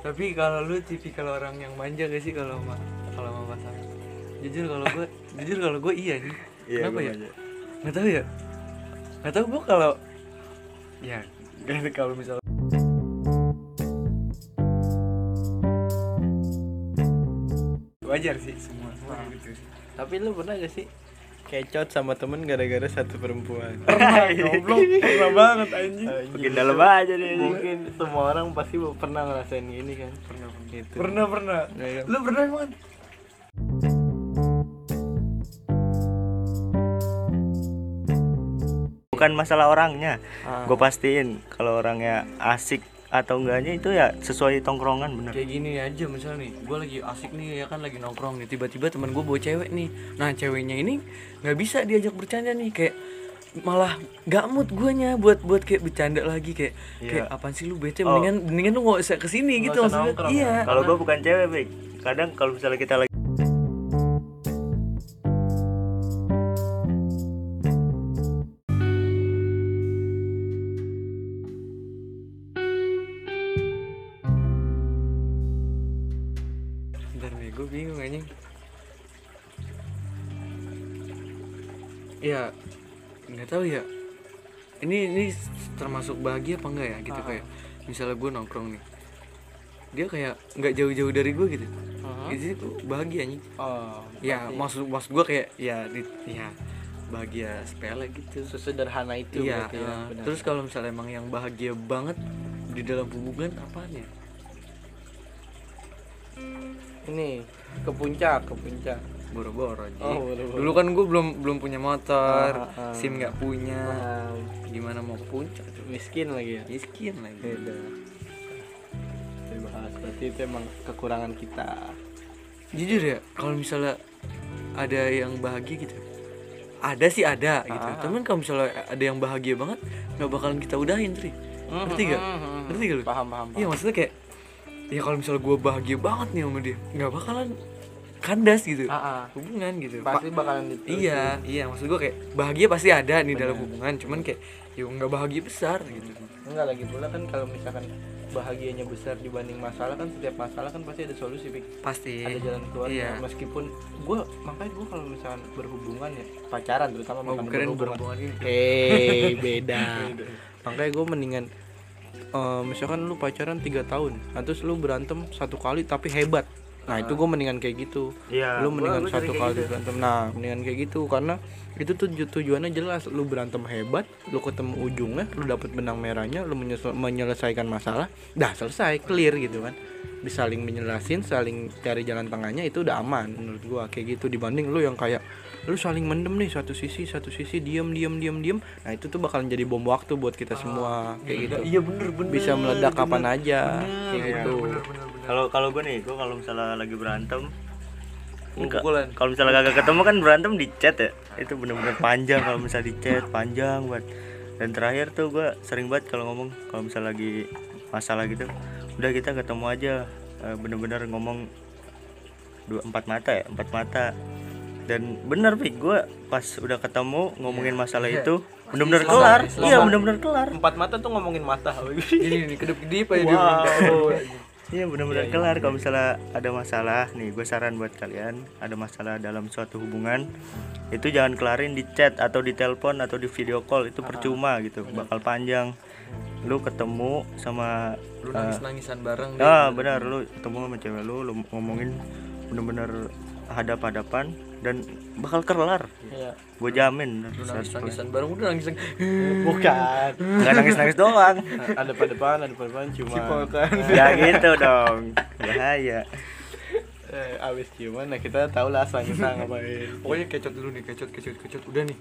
Tapi kalau lu tipikal orang yang manja gak sih kalau sama pasangan? Jujur kalau gue iya nih. Iya, Kenapa gua ya? manja. Nggak tahu ya. Nggak tahu gue kalau ya kalau misalnya wajar sih semua gitu sih. Tapi lu pernah gak sih kecot sama temen gara-gara satu perempuan? Goblok, pernah banget anjing. Makin dalam aja nih. Mungkin semua orang pasti pernah ngerasain gini kan. Gitu. Pernah. Ya, kan? Lu pernah emang? Bukan masalah orangnya. Gue pastiin kalau orangnya asik atau enggaknya itu ya sesuai tongkrongan bener. Kayak gini aja misalnya nih, gue lagi asik nih ya kan, lagi nongkrong nih, tiba-tiba teman gue bawa cewek nih. Nah ceweknya ini nggak bisa diajak bercanda nih, kayak malah gak mood guanya buat kayak bercanda lagi, kayak kayak apaan sih lu bete, mendingan lu nggak usah kesini gitu maksudnya. Iya. Kalau gue bukan cewek, Bek. Kadang kalau misalnya kita lagi Bentar nih, gue bingung anjing. Ya nggak tahu ya. Ini termasuk bahagia apa enggak ya gitu, kayak misalnya gue nongkrong nih, dia kayak nggak jauh-jauh dari gue gitu. Itu gue bahagia anjing. Ya maksud gue kayak ya bahagia sepele gitu. Sesederhana itu Iya. berarti ya, benar. Terus kalau misalnya emang yang bahagia banget di dalam hubungan apaan ya? Ini ke puncak. Boro-boro aja. Boro-boro. Dulu kan gue belum punya motor, Ah. SIM nggak punya. Gimana mau ke puncak tuh? Miskin lagi ya. Miskin lagi. Beda. Dibahas berarti itu emang kekurangan kita. Jujur ya, kalau misalnya ada yang bahagia gitu, ada sih ada gitu. Temen kalau misalnya ada yang bahagia banget, nggak bakalan kita udahin Tri. Ngerti gak? Ngerti gak lu? Paham. Iya maksudnya kayak, ya kalau misalnya gue bahagia banget nih sama dia, nggak bakalan kandas gitu hubungan gitu. Pasti bakalan diterusin. Iya maksud gue kayak bahagia pasti ada nih dalam hubungan, cuman kayak ya nggak bahagia besar gitu. Enggak, lagi pula kan kalau misalkan bahagianya besar dibanding masalah, kan setiap masalah kan pasti ada solusi, Pik. Pasti Ada jalan keluarnya. Iya. Meskipun makanya gue kalau misalkan berhubungan ya, pacaran terutama, bukan keren berhubungan ini. beda. Makanya gue mendingan misalkan lu pacaran 3 tahun, terus lu berantem 1 kali tapi hebat. Nah, itu gue mendingan kayak gitu. Iya, Lu mendingan gua 1 sering kali kayak gitu. berantem. Nah, mendingan kayak gitu karena itu tuh tujuannya jelas. Lu berantem hebat, lu ketemu ujungnya, lu dapet benang merahnya, lu menyelesaikan masalah, dah selesai, clear gitu kan. Saling menjelasin, saling cari jalan tengahnya, itu udah aman menurut gua. Kayak gitu dibanding lu yang kayak lu saling mendem nih, satu sisi diam. Nah, itu tuh bakalan jadi bom waktu buat kita semua kayak gitu. Iya bener. Bisa meledak kapan aja kayak gitu. kalau gue nih, gue kalau misalnya lagi berantem, Pukulan. kalau misalnya kagak ketemu kan berantem di chat ya, itu bener-bener panjang. Kalau misalnya di chat panjang banget. Dan terakhir tuh gue sering banget kalau ngomong, kalau misalnya lagi masalah gitu, udah kita ketemu aja, bener-bener ngomong 4 mata. Dan bener Pik, gue pas udah ketemu ngomongin masalah itu bener-bener kelar. Iya bener-bener kelar. 4 mata tuh ngomongin mata. Ini nih kedip-kedip aja dia. Iya benar-benar kelar. Kalau misalnya ada masalah nih, gue saran buat kalian, ada masalah dalam suatu hubungan, itu jangan kelarin di chat atau di telepon atau di video call, itu percuma gitu, bakal panjang. Lu ketemu sama Lu nangis-nangisan bareng. benar, lu ketemu sama cewek lu ngomongin bener-bener hadap-hadapan dan bakal kelar. Iya. Gue jamin. Lu nangis-nangisan bareng, udah nangis. Bukan. Nggak nangis-nangis doang. Ada pada depan cuma Ya gitu dong, bahaya. abis ciuman, nah kita tahu lah selanjutnya ngapain. Pokoknya kecot dulu nih, kecot. Udah nih.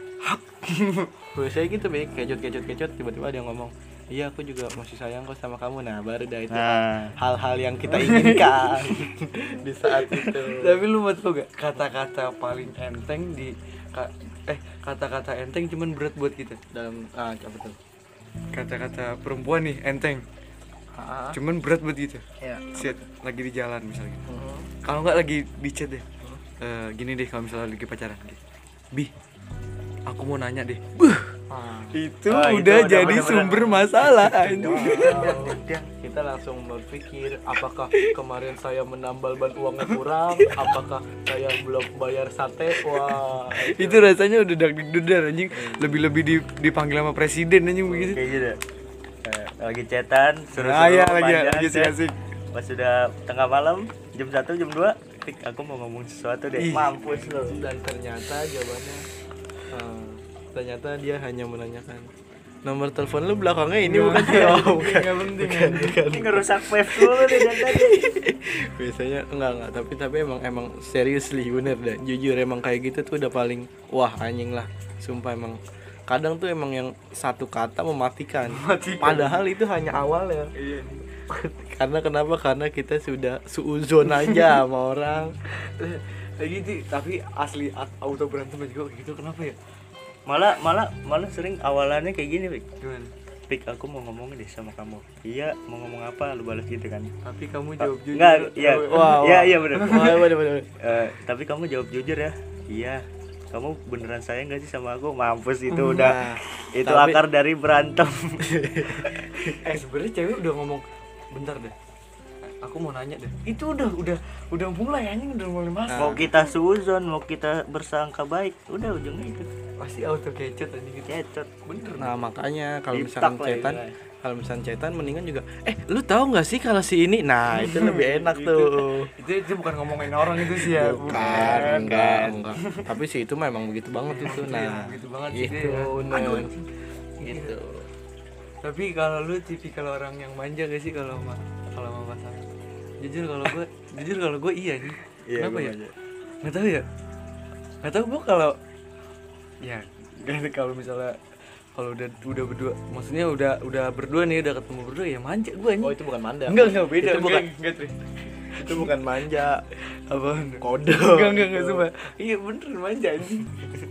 Biasanya gitu, Bek, kecot, tiba-tiba ada yang ngomong, iya aku juga masih sayang kok sama kamu. Nah baru dah itu hal-hal yang kita inginkan di saat itu. Tapi lu mau tau gak kata-kata paling enteng kata-kata enteng cuman berat buat kita Dalam apa tuh? kata-kata perempuan nih enteng cuman berat buat kita. Iya. Set lagi di jalan misalnya gitu. Kalau nggak lagi di chat deh, gini deh, kalau misalnya lagi pacaran gitu, Bi, aku mau nanya deh, itu itu udah udah jadi bener-bener. sumber masalah anjing. Kita langsung berpikir, apakah kemarin saya menambal ban uangnya kurang, apakah saya belum bayar sate. Wah, Itu rasanya udah dagdikdudar anjing. Lebih-lebih dipanggil sama presiden anjing begitu. Kayak gitu. Lagi chatan, suruh Nah, ya, lagi asik-asik. Pas sudah tengah malam, jam 1, jam 2, Tik, aku mau ngomong sesuatu deh. Ih. Mampus lo. dan ternyata jawabannya ternyata dia hanya menanyakan nomor telepon lu belakangnya ini bukan sih? Oh, bukan. Enggak penting anjing. Ini ngerusak wave dulu deh dari tadi. Biasanya enggak tapi emang seriously bener dah. Jujur emang kayak gitu tuh udah paling wah anjing lah. Sumpah emang kadang tuh emang yang satu kata mematikan. Padahal itu hanya awal ya. Karena kenapa? Karena kita sudah suuzon aja sama orang. Kayak gitu, tapi asli auto berantem juga gitu. Kenapa ya? Malah sering awalannya kayak gini, Pik. Gimana? Pik, aku mau ngomong deh sama kamu. Iya, mau ngomong apa? Lu balas gitu kan. Tapi kamu jawab jujur. Enggak, iya. Wah, Iya benar. Wah, bener. Tapi kamu jawab jujur ya. Iya. Kamu beneran sayang gak sih sama aku? Mampus itu udah. Itu tapi- akar dari berantem. Sebenarnya cewek udah ngomong bentar deh. Aku mau nanya deh. Itu udah mulai anjing, udah mulai masuk. Mau kita suzon, mau kita bersangka baik, udah ujungnya itu. Pasti auto kecot anjing gitu. Kecot. Bener. Nah, makanya kalau Ditak misalkan lah, chatan, mendingan juga lu tahu nggak sih kalau si ini, nah itu lebih enak tuh. Itu bukan ngomongin orang itu sih ya. Bukan, enggak. Tapi sih itu memang begitu banget itu. Nah, Begitu banget sih gitu, dia. bener. Aduh, anjing. Gitu. Tapi kalau lu tipikal orang yang manja gak sih kalau sama pasangan? Jujur kalau gue iya nih. Iya, Kenapa gua ya? manja. Nggak tahu gue kalau ya kalau misalnya kalau udah berdua, maksudnya udah berdua nih, udah ketemu berdua ya manja gue anjing. Oh, itu bukan manja. Enggak beda. Itu bukan enggak, Tri. itu bukan manja. Apaan? Kode. Enggak sumpah. Iya bener manja anjing.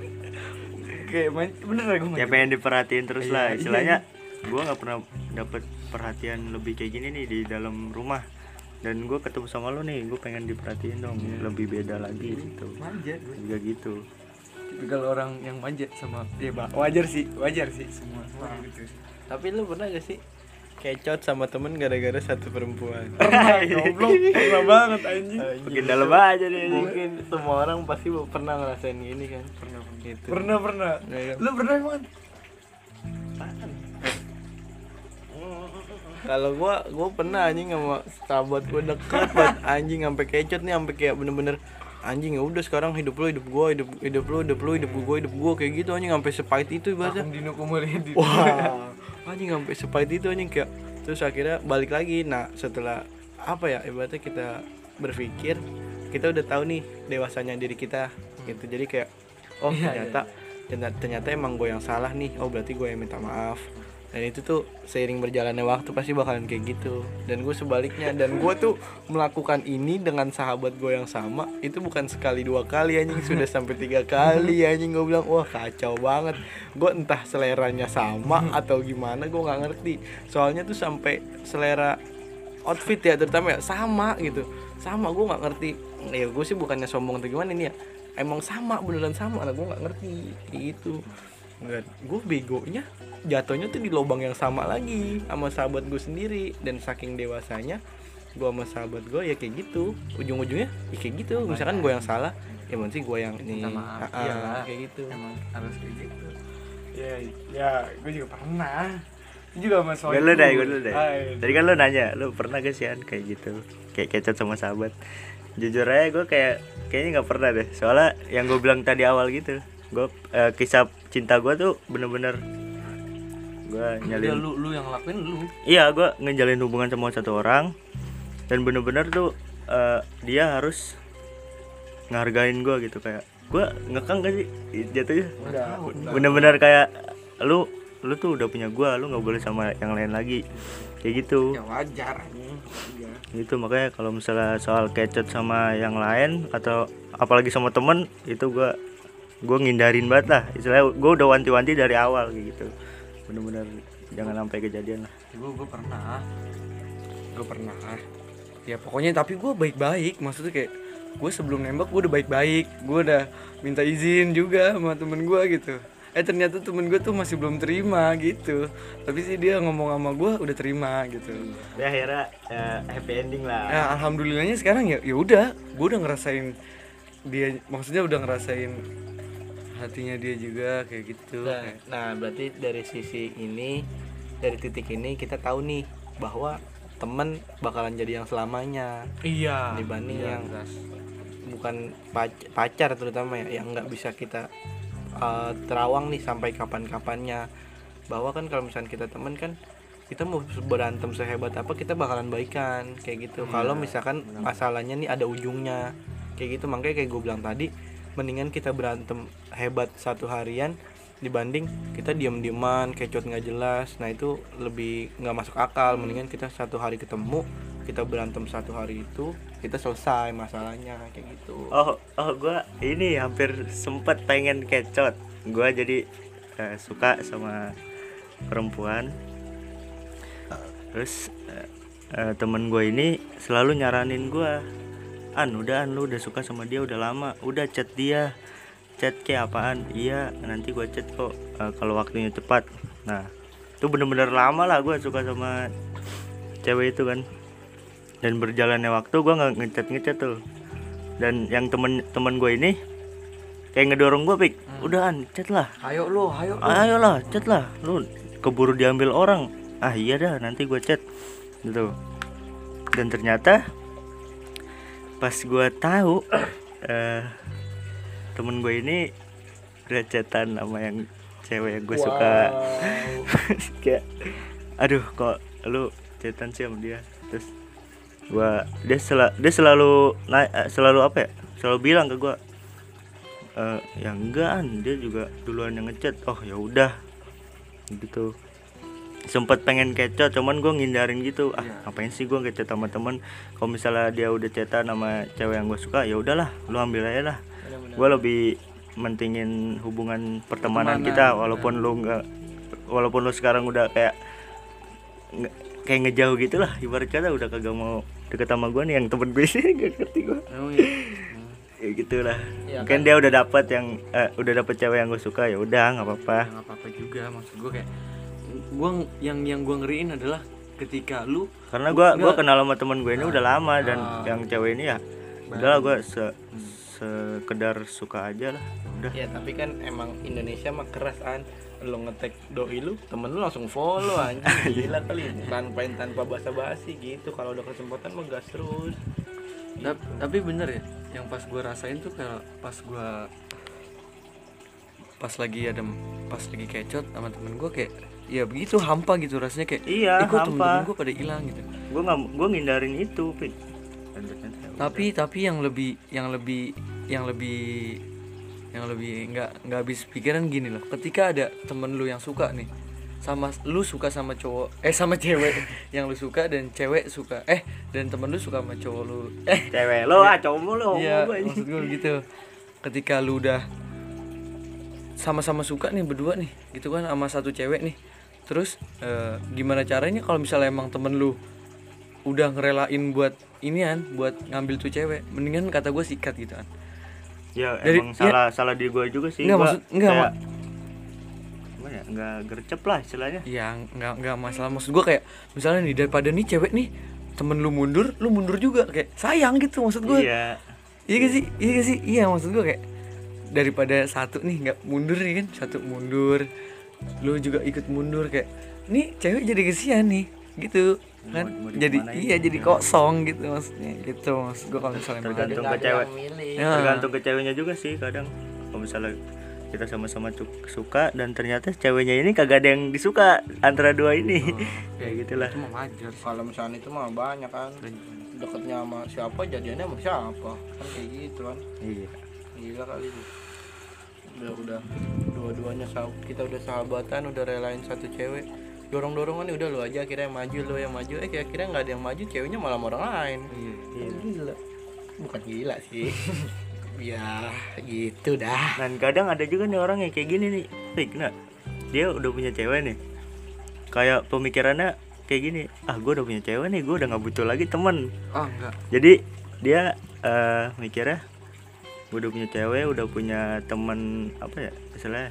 Kayak bener ya gue manja. Ya pengen diperhatiin terus Iya, lah. iya. Istilahnya gue nggak pernah dapet perhatian lebih kayak gini nih di dalam rumah. Dan gue ketemu sama lo nih, gue pengen diperhatiin dong, lebih beda lagi gitu. Manja gue. Juga gitu. Kalau orang yang manja sama ya wajar sih semua gitu. Tapi lu pernah gak sih kecot sama temen gara-gara satu perempuan? Goblok, pernah banget anjing. Makin dalam aja deh. Mungkin semua orang pasti pernah ngerasain gini kan. Gitu. Pernah. Ya kan? Lu pernah emang? Kalau gua pernah anjing sama sahabat gua deket banget anjing sampai kecot nih, sampai kayak bener-bener anjing ya udah sekarang hidup lu hidup gua, hidup gua kayak gitu anjing, sampai sepahit itu ibaratnya. Akum dino kumuledi. Wah, anjing sampai sepahit itu anjing kayak terus akhirnya balik lagi. Nah, setelah apa ya ibaratnya kita berpikir kita udah tahu nih dewasanya diri kita gitu. Jadi kayak oh ternyata emang gue yang salah nih. Oh berarti gue yang minta maaf. Dan itu tuh seiring berjalannya waktu pasti bakalan kayak gitu. Dan gue sebaliknya, dan gue tuh melakukan ini dengan sahabat gue yang sama itu bukan sekali dua kali anjing, sudah sampai 3 kali anjing. Gue bilang wah kacau banget. Gue entah seleranya sama atau gimana, gue nggak ngerti. Soalnya tuh sampai selera outfit ya terutama ya sama gitu, sama. Gue nggak ngerti ya, gue sih bukannya sombong atau gimana ini ya, emang sama, beneran sama. Nah gue nggak ngerti gitu. Gue begonya jatuhnya tuh di lubang yang sama lagi sama sahabat gue sendiri. Dan saking dewasanya gue sama sahabat gue ya kayak gitu, ujung-ujungnya ya kayak gitu. Misalkan gue yang salah ya mesti gue yang ini Minta maaf. Iyalah. kayak gitu. Emang harus kayak gitu. Ya, gue juga pernah. Itu juga sama soal. Gue dulu deh. Tadi kan lo nanya, lo pernah gak sih An kayak gitu, kayak kecot sama sahabat? Jujur aja gue kayaknya nggak pernah deh. Soalnya yang gue bilang tadi awal gitu, gue kisah cinta gue tuh bener-bener gue nyalin. Lu yang ngelakuin lu. Iya, gue ngejalin hubungan sama satu orang dan bener-bener tuh dia harus ngehargain gue gitu. Kayak gue ngekang gak sih jatuhnya? Bener-bener kayak lu tuh udah punya gue, lu nggak boleh sama yang lain lagi kayak gitu. Ya wajar anjing. Gitu, makanya kalau misalnya soal kecot sama yang lain atau apalagi sama temen itu gue ngindarin banget lah. Istilahnya gue udah wanti-wanti dari awal kayak gitu. Bener-bener jangan sampai kejadian lah. Gue pernah. Ya pokoknya tapi gue baik-baik. Maksudnya kayak gue sebelum nembak gue udah baik-baik. Gue udah minta izin juga sama temen gue gitu. ternyata temen gue tuh masih belum terima gitu, tapi sih dia ngomong sama gue udah terima gitu. Ya akhirnya happy ending lah. Nah alhamdulillahnya sekarang ya udah, gue udah ngerasain dia, maksudnya udah ngerasain hatinya dia juga kayak gitu. Nah, berarti dari sisi ini, dari titik ini kita tahu nih bahwa temen bakalan jadi yang selamanya. Iya. Dibanding iya, yang jelas. bukan pacar terutama ya, yang nggak bisa kita terawang nih sampai kapan-kapannya. Bahwa kan kalau misalnya kita temen kan, kita mau berantem sehebat apa kita bakalan baikan kayak gitu. Kalau misalkan masalahnya nih ada ujungnya kayak gitu. Makanya kayak gue bilang tadi, mendingan kita berantem hebat satu harian dibanding kita diam-diaman kecot nggak jelas. Nah itu lebih nggak masuk akal. Mendingan kita satu hari ketemu, kita berantem satu hari itu, kita selesai masalahnya kayak gitu. Oh gue ini hampir sempet pengen kecot. Gue jadi suka sama perempuan. Terus temen gue ini selalu nyaranin gue, lu udah suka sama dia udah lama, udah chat dia. Chat kayak apaan? Iya nanti gue chat kok kalau waktunya cepat. Nah itu bener-bener lama lah gue suka sama cewek itu kan. Dan berjalannya waktu gue nggak ngechat tuh. Dan yang temen gue ini kayak ngedorong gue, Pik, udahan chat lah, ayolah chat lah, lu keburu diambil orang. Ah iya dah nanti gue chat gitu. Dan ternyata pas gue tahu temen gue ini udah chatan sama yang cewek yang gue suka. Kayak aduh kok lu chatan sih sama dia. Terus dia selalu apa ya, selalu bilang ke gue ya enggak, dia juga duluan yang ngechat. Oh ya udah gitu. Sempet pengen kecot, cuman gue ngindarin gitu. Ngapain sih gue ngechat sama temen? Kalau misalnya dia udah chatan sama cewek yang gue suka, ya udahlah, lu ambil aja lah. Gue lebih mentingin hubungan pertemanan kita, walaupun lu sekarang udah kayak ngejauh gitulah, ibarat kata udah kagak mau deket sama gue nih, yang temen gue sih gak ngerti gue. Ya gitulah. Ya, mungkin kan dia udah dapet cewek yang gue suka, ya udah nggak apa-apa. Nggak apa-apa juga, maksud gue kayak yang gue ngeriin adalah ketika lu, karena gue kenal sama temen gue ini udah lama, dan yang cewek ini ya udahlah, gue sekedar suka aja lah udah. Ya tapi kan emang Indonesia mah keras an. Lo nge-tag doi lu, temen lu langsung follow anjing. Gila kali, tanpa basa-basi gitu. Kalau udah kesempatan mah gas terus. Tapi bener ya, yang pas gue rasain tuh kalau pas lagi kecot sama temen gue, kayak ya begitu, hampa gitu rasanya, kayak kok temen-temen gue pada hilang gitu. Gue ngindarin itu, Pik. Tapi yang lebih nggak habis pikiran gini loh. Ketika ada temen lu yang suka nih, lu suka sama cowok sama cewek yang lu suka, dan cewek suka dan temen lu suka sama cowok lu cewek lo cowok lo. Iya, maksud gue gitu. Ketika lu udah sama-sama suka nih berdua nih gitu kan sama satu cewek nih, terus gimana caranya kalau misalnya emang temen lu udah ngerelain buat buat ngambil tuh cewek, mendingan kata gue sikat gitu kan. Ya emang salah di gue juga sih. Enggak gercep lah istilahnya. Iya, enggak masalah. Maksud gue kayak misalnya nih, daripada nih cewek nih temen lu mundur juga, kayak sayang gitu maksud gue. Iya gak sih iya maksud gue kayak daripada satu nih nggak mundur nih kan, satu mundur lu juga ikut mundur, kayak nih cewek jadi kesian nih gitu kan. Jadi kosong gitu maksudnya gitu. Maksud gue kalau misalnya tergantung ke cewek ya. Tergantung ke ceweknya juga sih kadang. Kalau misalnya kita sama-sama suka dan ternyata ceweknya ini kagak ada yang disuka antara dua ini, kayak gitulah. Itu mah wajar. Kalau misalnya itu mah banyak kan, deketnya sama siapa jadiannya sama siapa kan, kayak gitu kan. Iya, gila kali itu. Udah dua-duanya kita udah sahabatan, udah relain satu cewek, dorong-dorongan nih, udah lu aja akhirnya yang maju, lu yang maju, kira-kira nggak ada yang maju, ceweknya malah sama orang lain. Iya. Gila, bukan gila sih. Ya gitu dah. Dan kadang ada juga nih orang yang kayak gini nih, Pik, nah dia udah punya cewek nih, kayak pemikirannya kayak gini, gue udah punya cewek nih, gue udah nggak butuh lagi temen. Enggak. Jadi dia mikirnya gue udah punya cewek, udah punya temen, apa ya istilahnya,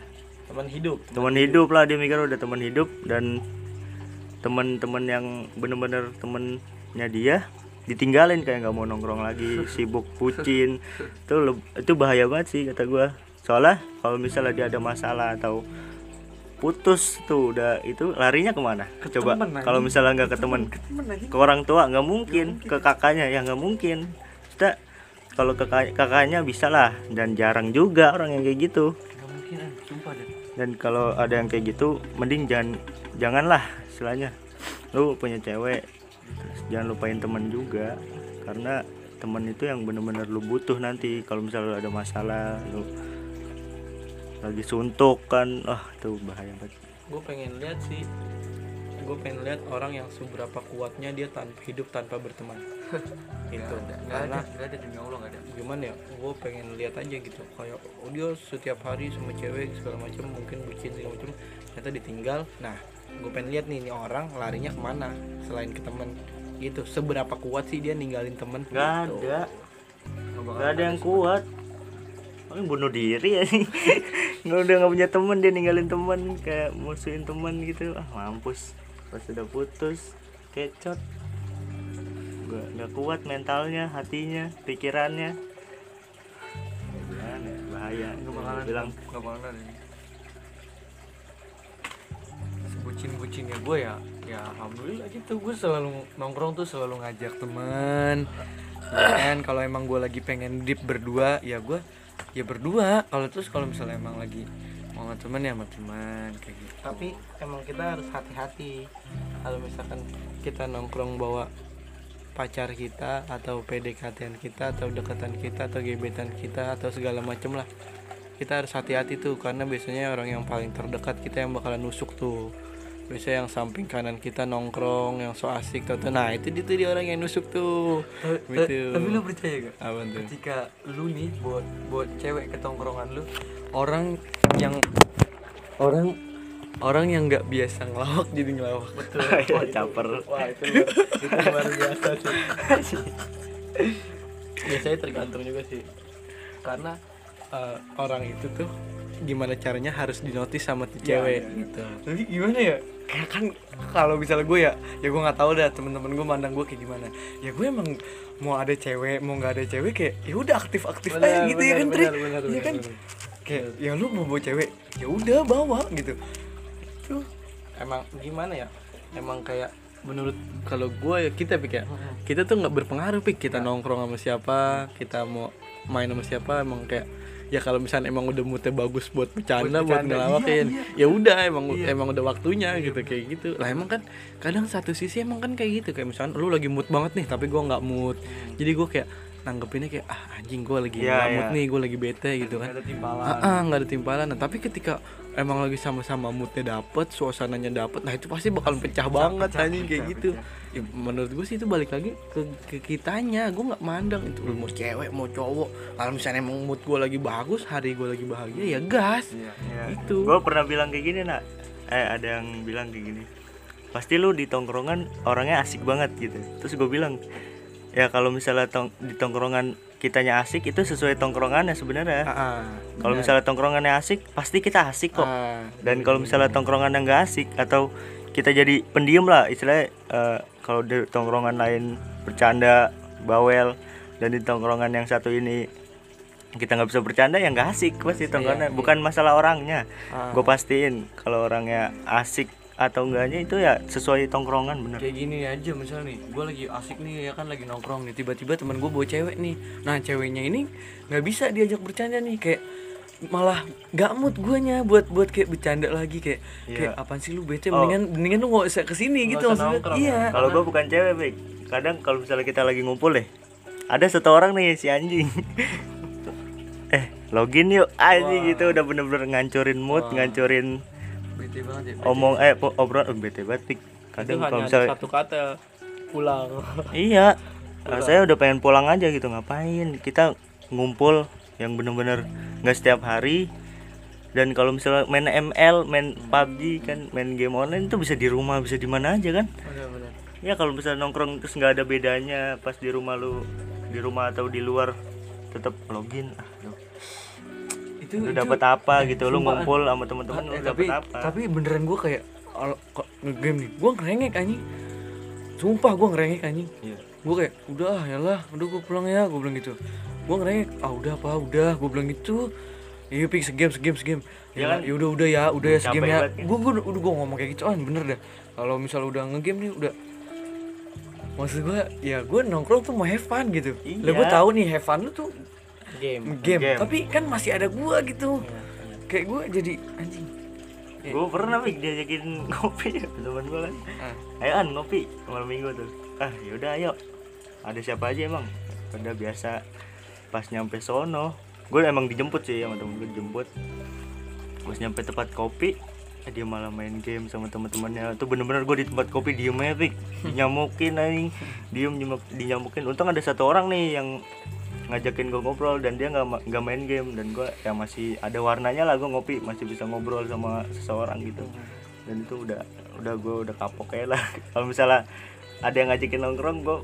Teman hidup. Teman hidup lah, dia mikir udah teman hidup. Dan teman-teman yang bener-bener temennya dia ditinggalin, kayak nggak mau nongkrong lagi, sibuk bucin. Itu bahaya banget sih kata gua. Soalnya kalau misalnya dia ada masalah atau putus tuh udah, itu larinya kemana? Coba kalau misalnya nggak ke temen, ke orang tua nggak mungkin, ke kakaknya ya nggak mungkin. Kita kalau ke kakaknya bisa lah, dan jarang juga orang yang kayak gitu. Nggak mungkin, sumpah deh. Dan kalau ada yang kayak gitu, mending janganlah istilahnya. Lu punya cewek, jangan lupain teman juga, karena teman itu yang bener-bener lu butuh nanti kalau misalnya lu ada masalah, lu lagi suntuk kan, itu bahaya banget. Gue pengen lihat orang yang seberapa kuatnya dia hidup tanpa berteman. Itu Nggak ada demi Allah, nggak ada. gimana ya, gue pengen lihat aja gitu, kayak dia setiap hari sama cewek segala macam, mungkin bucin segala macam, ternyata ditinggal. Nah, gue pengen lihat nih, ini orang larinya kemana selain ke temen gitu. Seberapa kuat sih dia ninggalin temen? Nggak gitu. ada yang kuat. Paling bunuh diri ya. Nggak, udah nggak punya teman, dia ninggalin teman, kayak musuhin teman gitu. Mampus. Pas sudah putus, kecot. Nggak kuat mentalnya, hatinya, pikirannya. Gimana? Bahaya. Nggak bakalan ini. Sebucin-bucinnya gue ya alhamdulillah gitu. Gue selalu nongkrong tuh, selalu ngajak teman. Dan kalau emang gue lagi pengen deep berdua, ya gue ya berdua. Kalau misalnya emang lagi mau sama teman ya sama teman kayak gitu. Tapi emang kita harus hati-hati kalau misalkan kita nongkrong bawa pacar kita atau PDKT-an kita atau dekatan kita atau gebetan kita atau segala macem lah. Kita harus hati-hati tuh, karena biasanya orang yang paling terdekat kita yang bakalan nusuk tuh. Biasanya yang samping kanan kita nongkrong, yang so asik tuh. Nah, itu dia orang yang nusuk tuh. Gitu. Tapi lu percaya gak? Apa tuh? Ketika lu nih buat cewek ke tongkrongan lu, orang yang nggak biasa ngelawak jadi ngelawak. Betul. Ya, caper. Wah, itu luar biasa sih. Biasanya tergantung juga sih. Karena orang itu tuh gimana caranya harus dinotis sama tuh cewek gitu. Tapi gimana ya? Kayak kan kalau misalnya gue ya gue nggak tahu dah temen-temen gue mandang gue kayak gimana. Ya gue emang mau ada cewek mau nggak ada cewek kayak ya udah aktif aja gitu ya kan, Tri? Iya kan? Kayak ya lu mau bawa cewek ya udah bawa gitu. Tuh Emang gimana ya? Emang kayak menurut kalau gue ya kita tuh nggak berpengaruh kita nongkrong sama siapa, kita mau main sama siapa, emang kayak ya kalau misalnya emang udah moodnya bagus buat bercanda, buat ngelawakin, ya udah emang udah waktunya gitu kayak gitu lah. Emang kan kadang satu sisi emang kan kayak gitu, kayak misalnya lu lagi mood banget nih tapi gue nggak mood, jadi gue kayak nanggepinnya kayak anjing gue lagi nggak mood nih, gue lagi bete gitu kan, nggak ada timpalan. Nah, tapi ketika emang lagi sama-sama moodnya dapet, suasananya dapet, nah itu pasti bakal pecah banget anjing kayak gitu. Ya, menurut gue sih itu balik lagi ke kitanya. Gue nggak mandang itu lu mau cewek mau cowok. Kalau misalnya emang mood gue lagi bagus, hari gue lagi bahagia, ya gas. Itu Gue pernah bilang kayak gini nak, ada yang bilang kayak gini, pasti lu di tongkrongan orangnya asik banget gitu. Terus gue bilang, ya kalau misalnya di tongkrongan kitanya asik, itu sesuai tongkrongannya sebenarnya. Kalau misalnya tongkrongannya asik, pasti kita asik kok. Dan kalau misalnya tongkrongannya nggak asik atau kita jadi pendiam lah istilahnya, kalau di tongkrongan lain bercanda bawel dan di tongkrongan yang satu ini kita nggak bisa bercanda, ya nggak asik pasti tongkrongannya. Bukan masalah orangnya. Gue pastiin kalau orangnya asik atau enggaknya itu ya sesuai tongkrongan, bener. kayak gini aja misalnya nih, gue lagi asik nih ya kan, lagi nongkrong nih, tiba-tiba teman gue bawa cewek nih. Nah ceweknya ini nggak bisa diajak bercanda nih, kayak malah nggak mood guanya buat kayak bercanda lagi, kayak apaan sih lu bete, mendingan lu nggak usah kesini gitu maksudnya. Iya. Kalau gue bukan cewek, Bek. Kadang kalau misalnya kita lagi ngumpul deh, ada satu orang nih si anjing. Login yuk anjing gitu, udah bener-bener ngancurin mood, ngancurin Bete banget ya. obrolan bete banget, Pik. Kadang kalau hanya misalnya satu kata pulang. iya, saya udah pengen pulang aja gitu. Ngapain kita ngumpul yang bener-bener nggak setiap hari. Dan kalau misalnya main ML, main PUBG kan, main game online itu bisa di rumah, bisa di mana aja kan. Benar-benar. Ya kalau misalnya nongkrong terus nggak ada bedanya pas di rumah lu, di rumah atau di luar tetap login. lu dapat apa gitu, lu sumpah, ngumpul sama teman-teman lu dapat apa. tapi beneran gue kayak ngegame nih gue ngerengek anjing, sumpah gue ngerengek anjing. Iya. Gue kayak udah yalah udah gue pulang ya, gue bilang gitu. Gue ngerengek udah gue bilang gitu. Iya pik segame Ya kan? ya udah ya Capek segame ya. banget kan? Gue ngomong kayak gitu bener dah. Kalau misal udah ngegame nih udah, maksud gue ya gue nongkrong tuh mau have fun gitu. Iya. Lah gue tahu nih have fun lu tuh Game. game, tapi kan masih ada gue gitu. Kayak gue jadi anjing. Gue pernah Pik diajakin ngopi ya teman gue kan. Ayo An ngopi malam minggu tuh. Yaudah ayo. Ada siapa aja emang? Udah biasa. Pas nyampe sono, gue emang dijemput sih sama temen gue, dijemput. Pas nyampe tempat kopi, dia malah main game sama teman-temannya. Tuh bener-bener gue di tempat kopi diem aja Pik. Dinyamukin anjing. Dinyamukin. Untung ada satu orang nih yang ngajakin gue ngobrol dan dia nggak main game, dan gue ya masih ada warnanya lah, gue ngopi masih bisa ngobrol sama seseorang gitu. Dan itu udah kapok kayak lah. Kalau misalnya ada yang ngajakin nongkrong, gue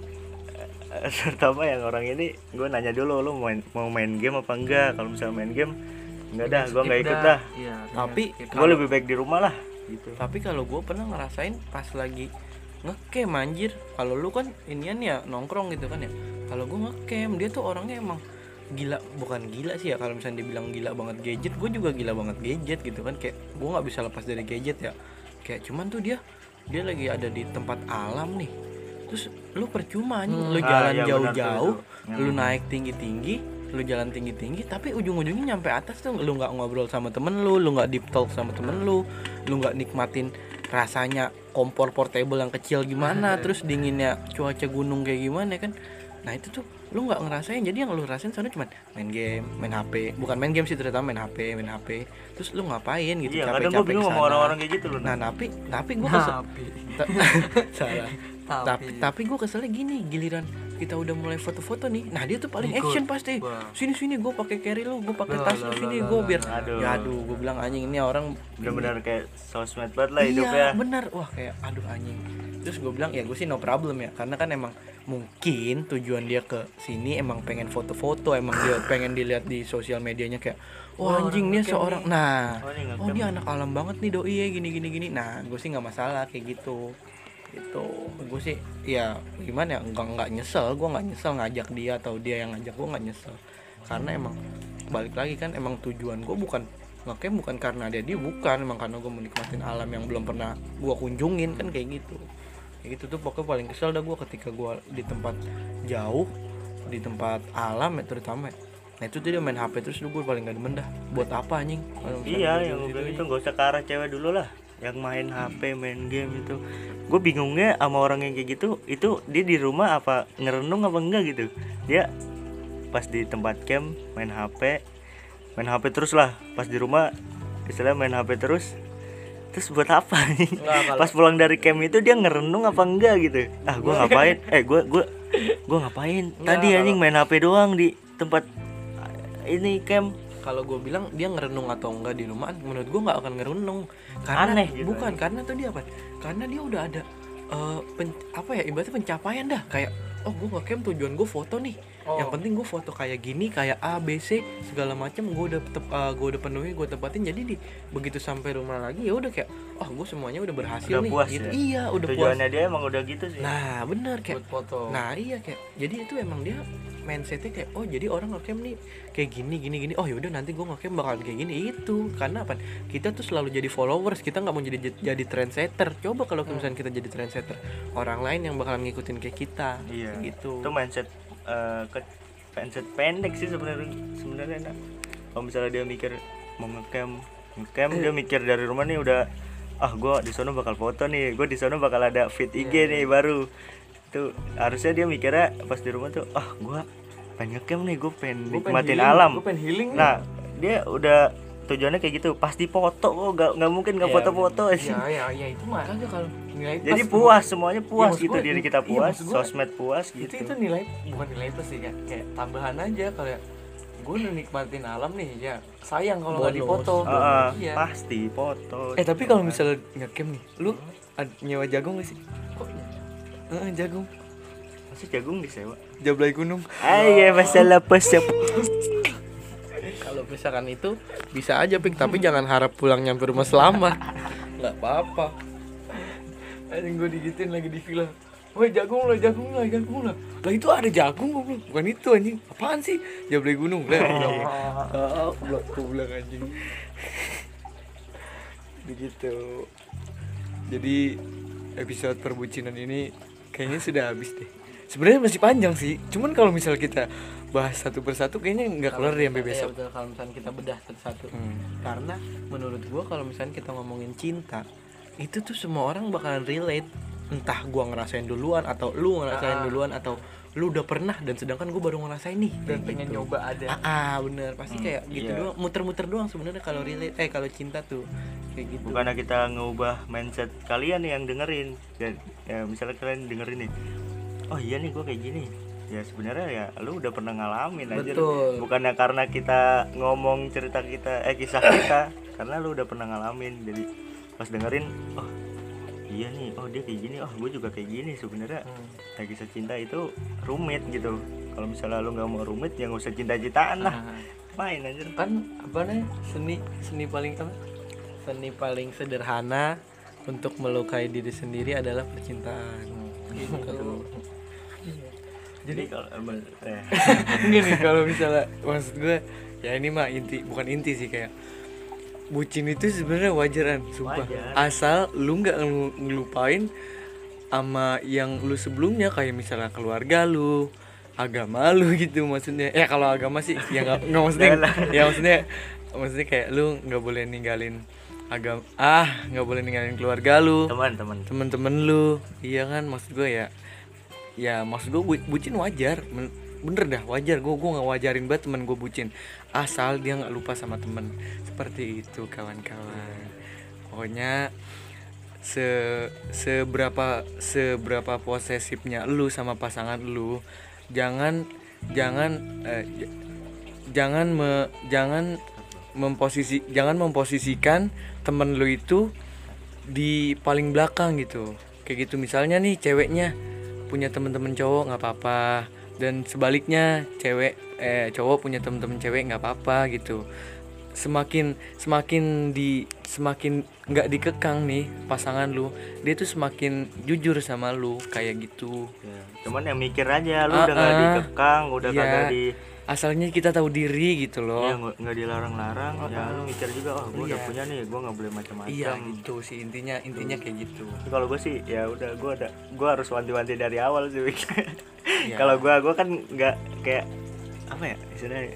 terutama yang orang ini gue nanya dulu, lu mau main game apa enggak. Kalau misalnya main game enggak dah, gue nggak ikut dah. Iya, Tapi Gue lebih baik di rumah lah gitu. Tapi kalau gue pernah ngerasain pas lagi ngecamp anjir, kalau lu kan inian ya nongkrong gitu kan ya. Kalau gue ngecamp, dia tuh orangnya emang gila, bukan gila sih ya, kalau misalnya dibilang gila banget gadget, gue juga gila banget gadget gitu kan. Kayak gue nggak bisa lepas dari gadget ya. Kayak cuman tuh dia lagi ada di tempat alam nih, terus lu percuma nih, lu jalan iya, jauh-jauh, benar tuh. lu naik tinggi-tinggi, lu jalan tinggi-tinggi, tapi ujung-ujungnya nyampe atas tuh lu nggak ngobrol sama temen lu nggak deep talk sama temen lu nggak nikmatin rasanya kompor portable yang kecil gimana, terus dinginnya cuaca gunung kayak gimana kan. Nah itu tuh lu nggak ngerasain, jadi yang lu rasain sana cuma main game, main HP, bukan main game sih terutama main HP, terus lu ngapain gitu. Iya, kadang gue bingung sama orang-orang kayak gitu loh. Nah tapi gue kesel. Salah. Tapi gue keselnya gini, giliran kita udah mulai foto-foto nih, nah dia tuh paling action pasti. Sini gue pakai carry lu, gue pakai tas lu sini, gue biar. Aduh, gue bilang anjing ini orang benar-benar kayak sosmed banget lah hidupnya. Iya benar, wah kayak aduh anjing. Terus gue bilang ya gue sih no problem ya, karena kan emang mungkin tujuan dia ke sini emang pengen foto-foto, emang dia pengen dilihat di sosial medianya kayak wah anjing dia seorang nih. Nah dia anak alam banget nih doi ya gini. Nah gue sih nggak masalah kayak gitu. Itu gue sih ya gimana ya, nggak nyesel, gue nggak nyesel ngajak dia atau dia yang ngajak gue, nggak nyesel. Karena emang balik lagi kan, emang tujuan gue bukan ngecamp bukan karena dia bukan, emang karena gue menikmatin alam yang belum pernah gue kunjungin kan kayak gitu tuh. Pokoknya paling kesel dah gue ketika gue di tempat jauh, di tempat alam ya terutama. Nah itu dia main HP terus, gue paling gak demen dah. Buat apa anjing? Iya, yang gue bilang itu gak usah ke arah cewek dulu lah, yang main HP, main game itu. Gue bingungnya sama orang yang kayak gitu, itu dia di rumah apa ngerenung apa enggak gitu. Dia pas di tempat camp main HP terus lah, pas di rumah istilahnya main HP terus buat apa nih? Pas pulang dari camp itu dia ngerenung apa enggak gitu. Gue ngapain? Gue ngapain? Tadi anjing main HP doang di tempat ini camp. Kalau gue bilang dia ngerenung atau enggak di rumah, menurut gue nggak akan ngerenung. Karena aneh gitu. Bukan karena tuh dia apa? Karena dia udah ada ibaratnya pencapaian dah, kayak gue ngecamp tujuan gue foto nih. Yang penting gue foto kayak gini, kayak A, B, C segala macam gue udah penuhi, gue tepatin. Jadi begitu sampai rumah lagi ya udah kayak gue semuanya udah berhasil udah nih puas gitu. Ya? Iya udah tujuannya puas. Dia emang udah gitu sih. Nah bener kayak buat foto. Nah iya kayak jadi itu emang dia mindsetnya kayak jadi orang ngecamp nih kayak gini. Yaudah nanti gue ngecamp bakal kayak gini. Itu karena apa? Kita tuh selalu jadi followers, kita nggak mau jadi trendsetter. Coba kalau misalnya kita jadi trendsetter, orang lain yang bakalan ngikutin kayak kita. Iya. Gitu. Itu mindset mindset pendek sih sebenarnya. Kalau misalnya dia mikir mau ngecamp dia mikir dari rumah nih udah gue di sono bakal foto nih, gue di sono bakal ada feed IG nih baru. Itu harusnya dia mikirnya pas di rumah tuh gue pengen ngecamp nih, gue pengen nikmatin alam, gue pengen healing. Nah dia udah tujuannya kayak gitu, pasti foto kok, nggak mungkin nggak foto-foto aja. Ya itu mah aja kalau nilai plus. Jadi puas, semuanya puas maksud gitu, gue, diri kita puas, maksud gue, sosmed puas gitu. Itu nilai, bukan nilai plus sih, kayak tambahan aja. Kayak gue udah nikmatin alam nih ya, sayang kalau nggak dipoto. Iya. Pasti foto. Tapi kalau misalnya ngecamp nih, lu nyewa jagung gak sih? Jagung. Masih jagung disewa. Jablay gunung. Masalah pesep. Kalau misalkan itu bisa aja Pik, tapi jangan harap pulang nyampe rumah selamat. Nggak apa-apa. Anjing gue digituin lagi di villa. Woi jagung lah. Lah itu ada jagung gue bilang. Bukan itu anjing. Apaan sih? Jablay gunung. Lah gue bilang anjing. Begitu. Jadi episode perbucinan ini kayaknya sudah habis deh. Sebenarnya masih panjang sih. Cuman kalau misal kita bahas satu persatu kayaknya nggak keluar deh sampai besok. Iya betul, kalau misalnya kita bedah satu-satu. Karena menurut gua kalau misalnya kita ngomongin cinta, itu tuh semua orang bakalan relate. Entah gua ngerasain duluan atau lu ngerasain duluan atau lu udah pernah dan sedangkan gua baru ngerasain nih Dan pengen gitu. nyoba ada. Bener pasti kayak gitu iya. doang, muter-muter doang sebenarnya kalau relate kalau cinta tuh kayak gitu. Bukannya kita ngubah mindset kalian nih yang dengerin. Dan ya misalnya kalian dengerin nih, oh iya nih gue kayak gini. Ya sebenarnya ya lu udah pernah ngalamin aja. Betul. Bukannya karena kita ngomong cerita kita kisah kita, karena lu udah pernah ngalamin. Jadi pas dengerin, oh iya nih, oh dia kayak gini, oh gue juga kayak gini. Sebenarnya ya kisah cinta itu rumit gitu. Kalau misalnya lu nggak mau rumit, ya nggak usah cinta-cintaan lah. Main aja. Kan apa nih seni paling apa? Seni paling sederhana untuk melukai diri sendiri adalah percintaan. Gitu. Jadi kalau Enggak nih kalau misalnya maksud gue ya ini mah bukan inti sih, kayak bucin itu sebenarnya wajaran, sumpah. Wajar. Asal lu nggak ngelupain sama yang lu sebelumnya, kayak misalnya keluarga lu, agama lu gitu maksudnya. Ya kalau agama sih ya nggak maksudnya ya maksudnya kayak lu nggak boleh ninggalin agama, nggak boleh ninggalin keluarga lu, temen-temen lu. Iya kan, maksud gue ya maksud gue bucin wajar, bener dah wajar. Gue nggak wajarin banget temen gue bucin, asal dia nggak lupa sama temen. Seperti itu kawan-kawan. Pokoknya seberapa posesifnya lu sama pasangan lu, jangan memposisikan temen lu itu di paling belakang gitu. Kayak gitu, misalnya nih ceweknya punya temen-temen cowok nggak apa-apa, dan sebaliknya cowok punya temen-temen cewek nggak apa-apa gitu. Semakin nggak dikekang nih pasangan lu, dia tuh semakin jujur sama lu kayak gitu. ya, cuman yang mikir aja lu udah nggak dikekang, udah iya. kagak di Asalnya kita tahu diri gitu loh. ya nggak dilarang-larang. Ya lu mikir juga, oh gue udah punya nih, gue nggak boleh macam-macam. Iya gitu sih intinya kayak gitu. Kalau gue sih ya udah, gue harus wanti-wanti dari awal sih. Iya. Kalau gue kan nggak kayak apa ya istilahnya,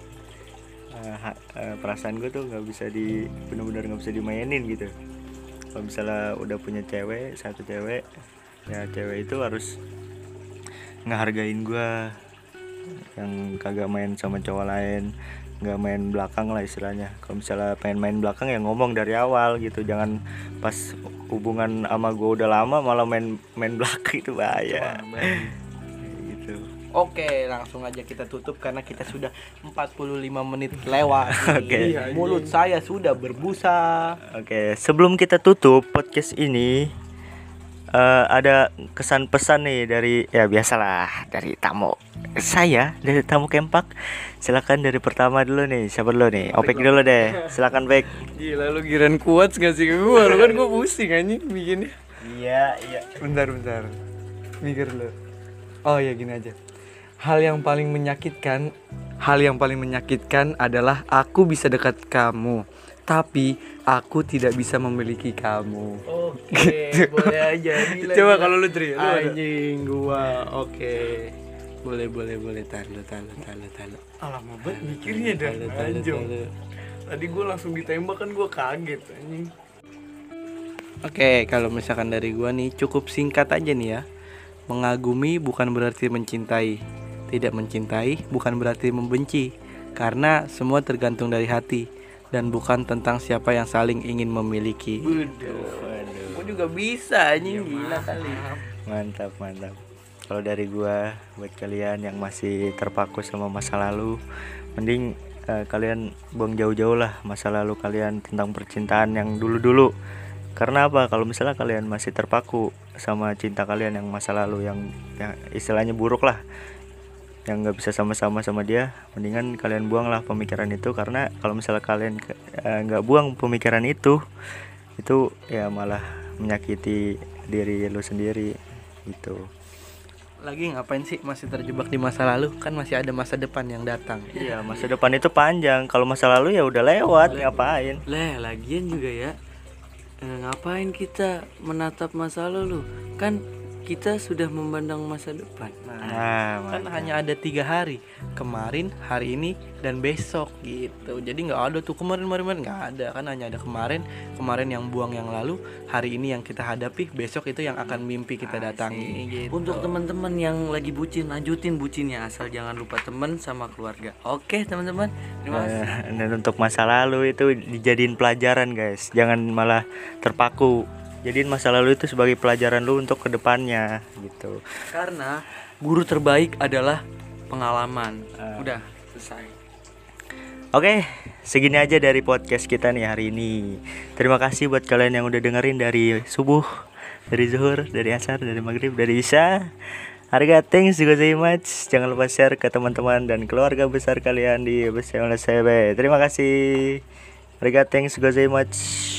perasaan gue tuh nggak bisa benar-benar nggak bisa dimainin gitu. Kalau misalnya udah punya satu cewek, ya cewek itu harus ngehargain gue, yang kagak main sama cowok lain, nggak main belakang lah istilahnya. Kalau misalnya pengen main belakang ya ngomong dari awal gitu, jangan pas hubungan sama gue udah lama malah main belakang, itu bahaya gitu. Oke, langsung aja kita tutup karena kita sudah 45 menit lewat. Oke. Mulut saya sudah berbusa. Oke, sebelum kita tutup podcast ini, ada kesan pesan nih dari, ya biasalah, dari tamu Kempak. Silakan dari pertama dulu nih, siapa dulu nih? Opek dulu deh, silakan Bek. Gila lu giran kuat gak sih ke gue? Lu kan gue pusing anjing bikinnya. Iya. Bentar mikir lu. Oh ya gini aja. Hal yang paling menyakitkan adalah aku bisa dekat kamu, tapi aku tidak bisa memiliki kamu. Oke, boleh aja. Coba kalau lu Tri, lu anjing gua. Oke. Boleh. Taruh. alamak banget mikirnya dah anjing. Tadi gue langsung ditembak kan gue kaget anjing. Oke, kalau misalkan dari gua nih cukup singkat aja nih ya. Mengagumi bukan berarti mencintai. Tidak mencintai bukan berarti membenci. Karena semua tergantung dari hati dan bukan tentang siapa yang saling ingin memiliki. Gua juga bisa anjing, gila kali. Mantap. Kalau dari gua, buat kalian yang masih terpaku sama masa lalu, mending kalian buang jauh-jauh lah masa lalu kalian tentang percintaan yang dulu-dulu. Karena apa? Kalau misalnya kalian masih terpaku sama cinta kalian yang masa lalu yang istilahnya buruk lah, yang nggak bisa sama-sama sama dia, mendingan kalian buanglah pemikiran itu. Karena kalau misalnya kalian nggak buang pemikiran itu ya malah menyakiti diri lu sendiri gitu. Lagi ngapain sih masih terjebak di masa lalu? Kan masih ada masa depan yang datang. Iya, masa depan itu panjang. Kalau masa lalu ya udah lewat, ngapain? Lagian juga ya, ngapain kita menatap masa lalu? Kan kita sudah memandang masa depan. Nah, Kan hanya ada 3 hari, kemarin, hari ini, dan besok gitu. Jadi nggak ada tuh kemarin nggak ada, kan hanya ada kemarin yang buang yang lalu, hari ini yang kita hadapi, besok itu yang akan mimpi kita datangi gitu. Untuk teman-teman yang lagi bucin, lanjutin bucinnya, asal jangan lupa teman sama keluarga. Oke teman-teman, terima kasih. dan untuk masa lalu itu dijadiin pelajaran guys, jangan malah terpaku. Jadiin masa lalu itu sebagai pelajaran lu untuk kedepannya gitu. Karena guru terbaik adalah pengalaman. Udah selesai. Oke, segini aja dari podcast kita nih hari ini. Terima kasih buat kalian yang udah dengerin dari subuh, dari zuhur, dari asar, dari maghrib, dari isya. Harga thanks juga so much. Jangan lupa share ke teman-teman dan keluarga besar kalian di Besar CB. Terima kasih. Harga thanks juga so much.